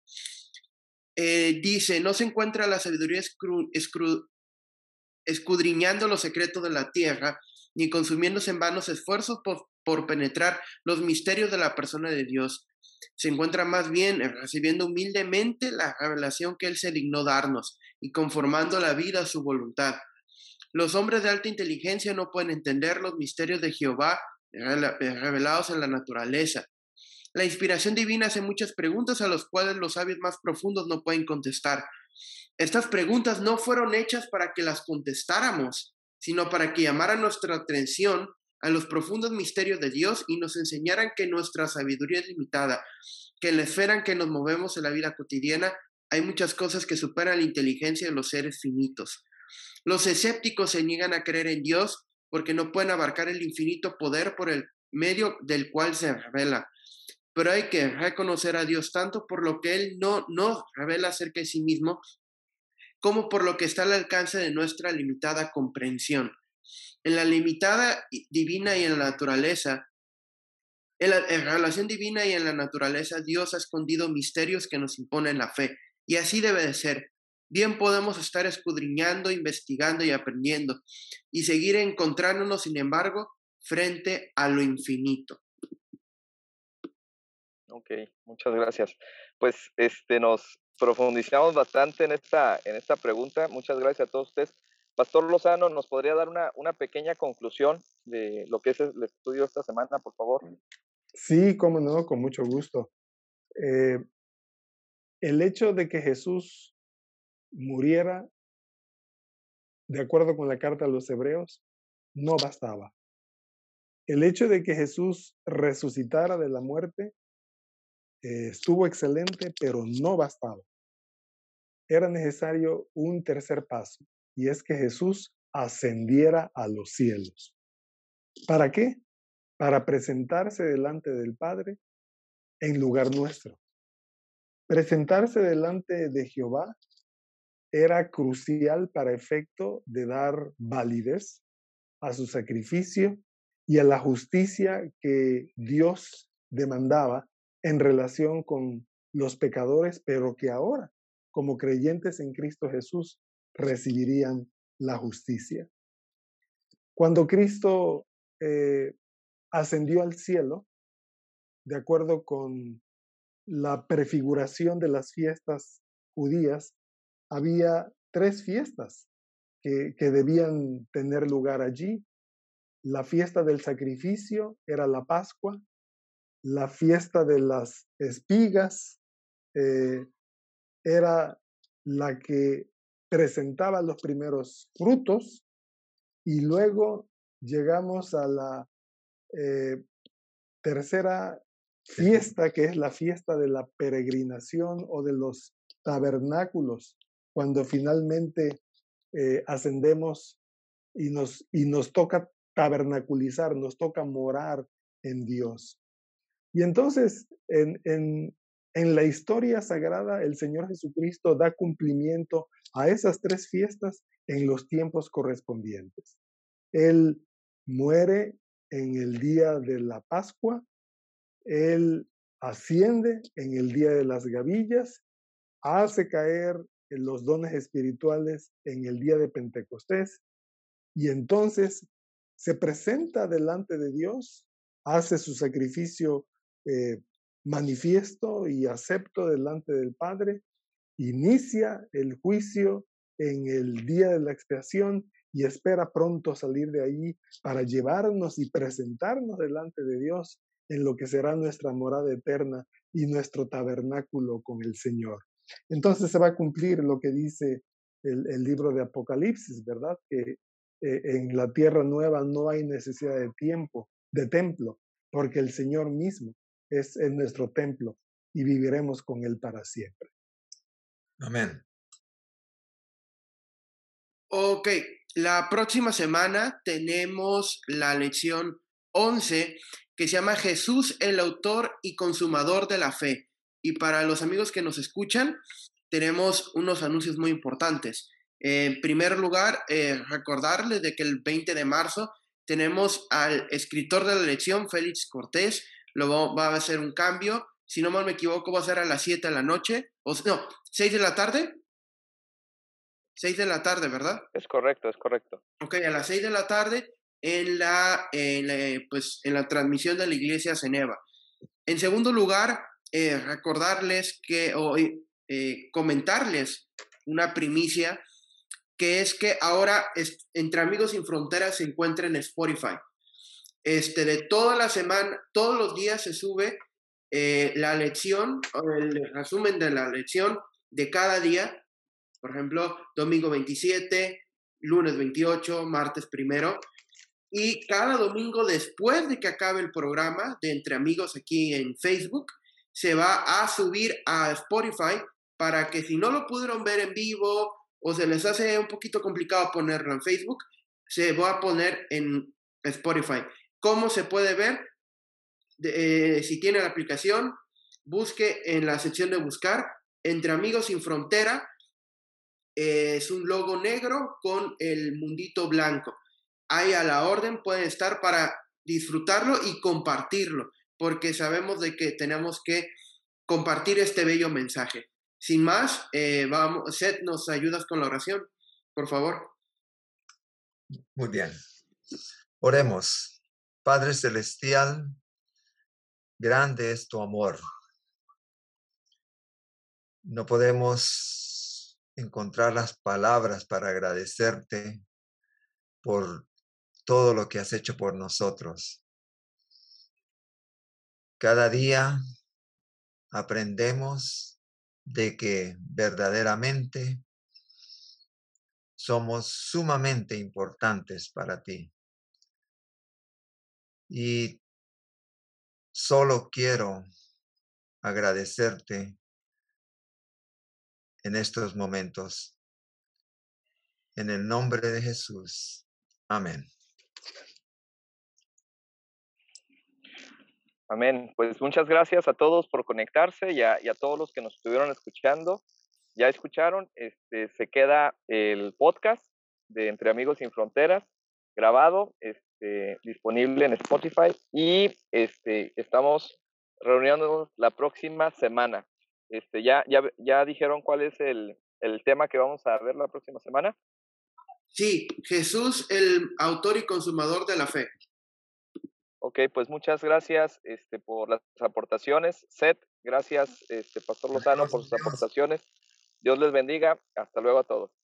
Eh, dice, no se encuentra la sabiduría escru, escru, escudriñando los secretos de la tierra, ni consumiéndose en vanos esfuerzos por, por penetrar los misterios de la persona de Dios. Se encuentra más bien recibiendo humildemente la revelación que Él se dignó darnos y conformando la vida a su voluntad. Los hombres de alta inteligencia no pueden entender los misterios de Jehová revelados en la naturaleza. La inspiración divina hace muchas preguntas a las cuales los sabios más profundos no pueden contestar. Estas preguntas no fueron hechas para que las contestáramos, sino para que llamaran nuestra atención a los profundos misterios de Dios y nos enseñaran que nuestra sabiduría es limitada, que en la esfera en que nos movemos en la vida cotidiana hay muchas cosas que superan la inteligencia de los seres finitos. Los escépticos se niegan a creer en Dios porque no pueden abarcar el infinito poder por el medio del cual se revela. Pero hay que reconocer a Dios tanto por lo que Él no nos revela acerca de sí mismo, como por lo que está al alcance de nuestra limitada comprensión. En la limitada divina y en la naturaleza, en la, en la relación divina y en la naturaleza, Dios ha escondido misterios que nos imponen la fe. Y así debe de ser. Bien podemos estar escudriñando, investigando y aprendiendo y seguir encontrándonos, sin embargo, frente a lo infinito. Ok, muchas gracias. Pues este, nos profundizamos bastante en esta, en esta pregunta. Muchas gracias a todos ustedes. Pastor Lozano, ¿nos podría dar una, una pequeña conclusión de lo que es el estudio esta semana, por favor? Sí, cómo no, con mucho gusto. Eh, el hecho de que Jesús muriera, de acuerdo con la carta a los Hebreos, no bastaba. El hecho de que Jesús resucitara de la muerte eh, estuvo excelente, pero no bastaba. Era necesario un tercer paso, y es que Jesús ascendiera a los cielos. ¿Para qué? Para presentarse delante del Padre en lugar nuestro. Presentarse delante de Jehová era crucial para efecto de dar validez a su sacrificio y a la justicia que Dios demandaba en relación con los pecadores, pero que ahora, como creyentes en Cristo Jesús, recibirían la justicia. Cuando Cristo eh, ascendió al cielo, de acuerdo con la prefiguración de las fiestas judías, había tres fiestas que, que debían tener lugar allí. La fiesta del sacrificio era la Pascua, la fiesta de las espigas eh, era la que presentaba los primeros frutos, y luego llegamos a la eh, tercera fiesta, que es la fiesta de la peregrinación o de los tabernáculos, cuando finalmente eh, ascendemos y nos, y nos toca tabernaculizar, nos toca morar en Dios. Y entonces, en, en, en la historia sagrada, el Señor Jesucristo da cumplimiento a esas tres fiestas en los tiempos correspondientes. Él muere en el día de la Pascua, Él asciende en el día de las gavillas, hace caer los dones espirituales en el día de Pentecostés, y entonces se presenta delante de Dios, hace su sacrificio eh, manifiesto y acepto delante del Padre, inicia el juicio en el día de la expiación y espera pronto salir de allí para llevarnos y presentarnos delante de Dios en lo que será nuestra morada eterna y nuestro tabernáculo con el Señor. Entonces se va a cumplir lo que dice el, el libro de Apocalipsis, ¿verdad? Que eh, en la tierra nueva no hay necesidad de tiempo, de templo, porque el Señor mismo es en nuestro templo y viviremos con Él para siempre. Amén. Ok, la próxima semana tenemos la lección once que se llama Jesús, el autor y consumador de la fe. Y para los amigos que nos escuchan, tenemos unos anuncios muy importantes. En primer lugar, eh, recordarles de que el veinte de marzo tenemos al escritor de la lección, Félix Cortés. Luego va a hacer un cambio. Si no mal me equivoco, va a ser a las siete de la noche. O no, seis de la tarde. seis de la tarde, ¿verdad? Es correcto, es correcto. Ok, a las seis de la tarde en la, en la, pues, en la transmisión de la iglesia Ceneva. En segundo lugar, eh, recordarles que, o eh, comentarles una primicia, que es que ahora es, Entre Amigos Sin Fronteras se encuentra en Spotify. Este, de toda la semana, todos los días se sube eh, la lección, o el resumen de la lección de cada día. Por ejemplo, domingo veintisiete, lunes veintiocho, martes primero. Y cada domingo después de que acabe el programa de Entre Amigos aquí en Facebook, se va a subir a Spotify para que si no lo pudieron ver en vivo o se les hace un poquito complicado ponerlo en Facebook, se va a poner en Spotify. ¿Cómo se puede ver? De, eh, si tiene la aplicación, busque en la sección de buscar Entre Amigos Sin Frontera. Eh, es un logo negro con el mundito blanco. Ahí a la orden pueden estar para disfrutarlo y compartirlo, porque sabemos de que tenemos que compartir este bello mensaje. Sin más, eh, vamos, Seth, ¿nos ayudas con la oración, por favor? Muy bien. Oremos. Padre Celestial, grande es tu amor. No podemos encontrar las palabras para agradecerte por todo lo que has hecho por nosotros. Cada día aprendemos de que verdaderamente somos sumamente importantes para ti. Y solo quiero agradecerte en estos momentos. En el nombre de Jesús. Amén. Amén. Pues muchas gracias a todos por conectarse y a, y a todos los que nos estuvieron escuchando. Ya escucharon, este, se queda el podcast de Entre Amigos Sin Fronteras grabado, este, disponible en Spotify y este, estamos reuniéndonos la próxima semana. Este, ya, ya, ya dijeron cuál es el, el tema que vamos a ver la próxima semana. Sí, Jesús, el autor y consumador de la fe. Ok, pues muchas gracias este, por las aportaciones. Seth, gracias, este, Pastor Lozano, por sus aportaciones. Dios les bendiga. Hasta luego a todos.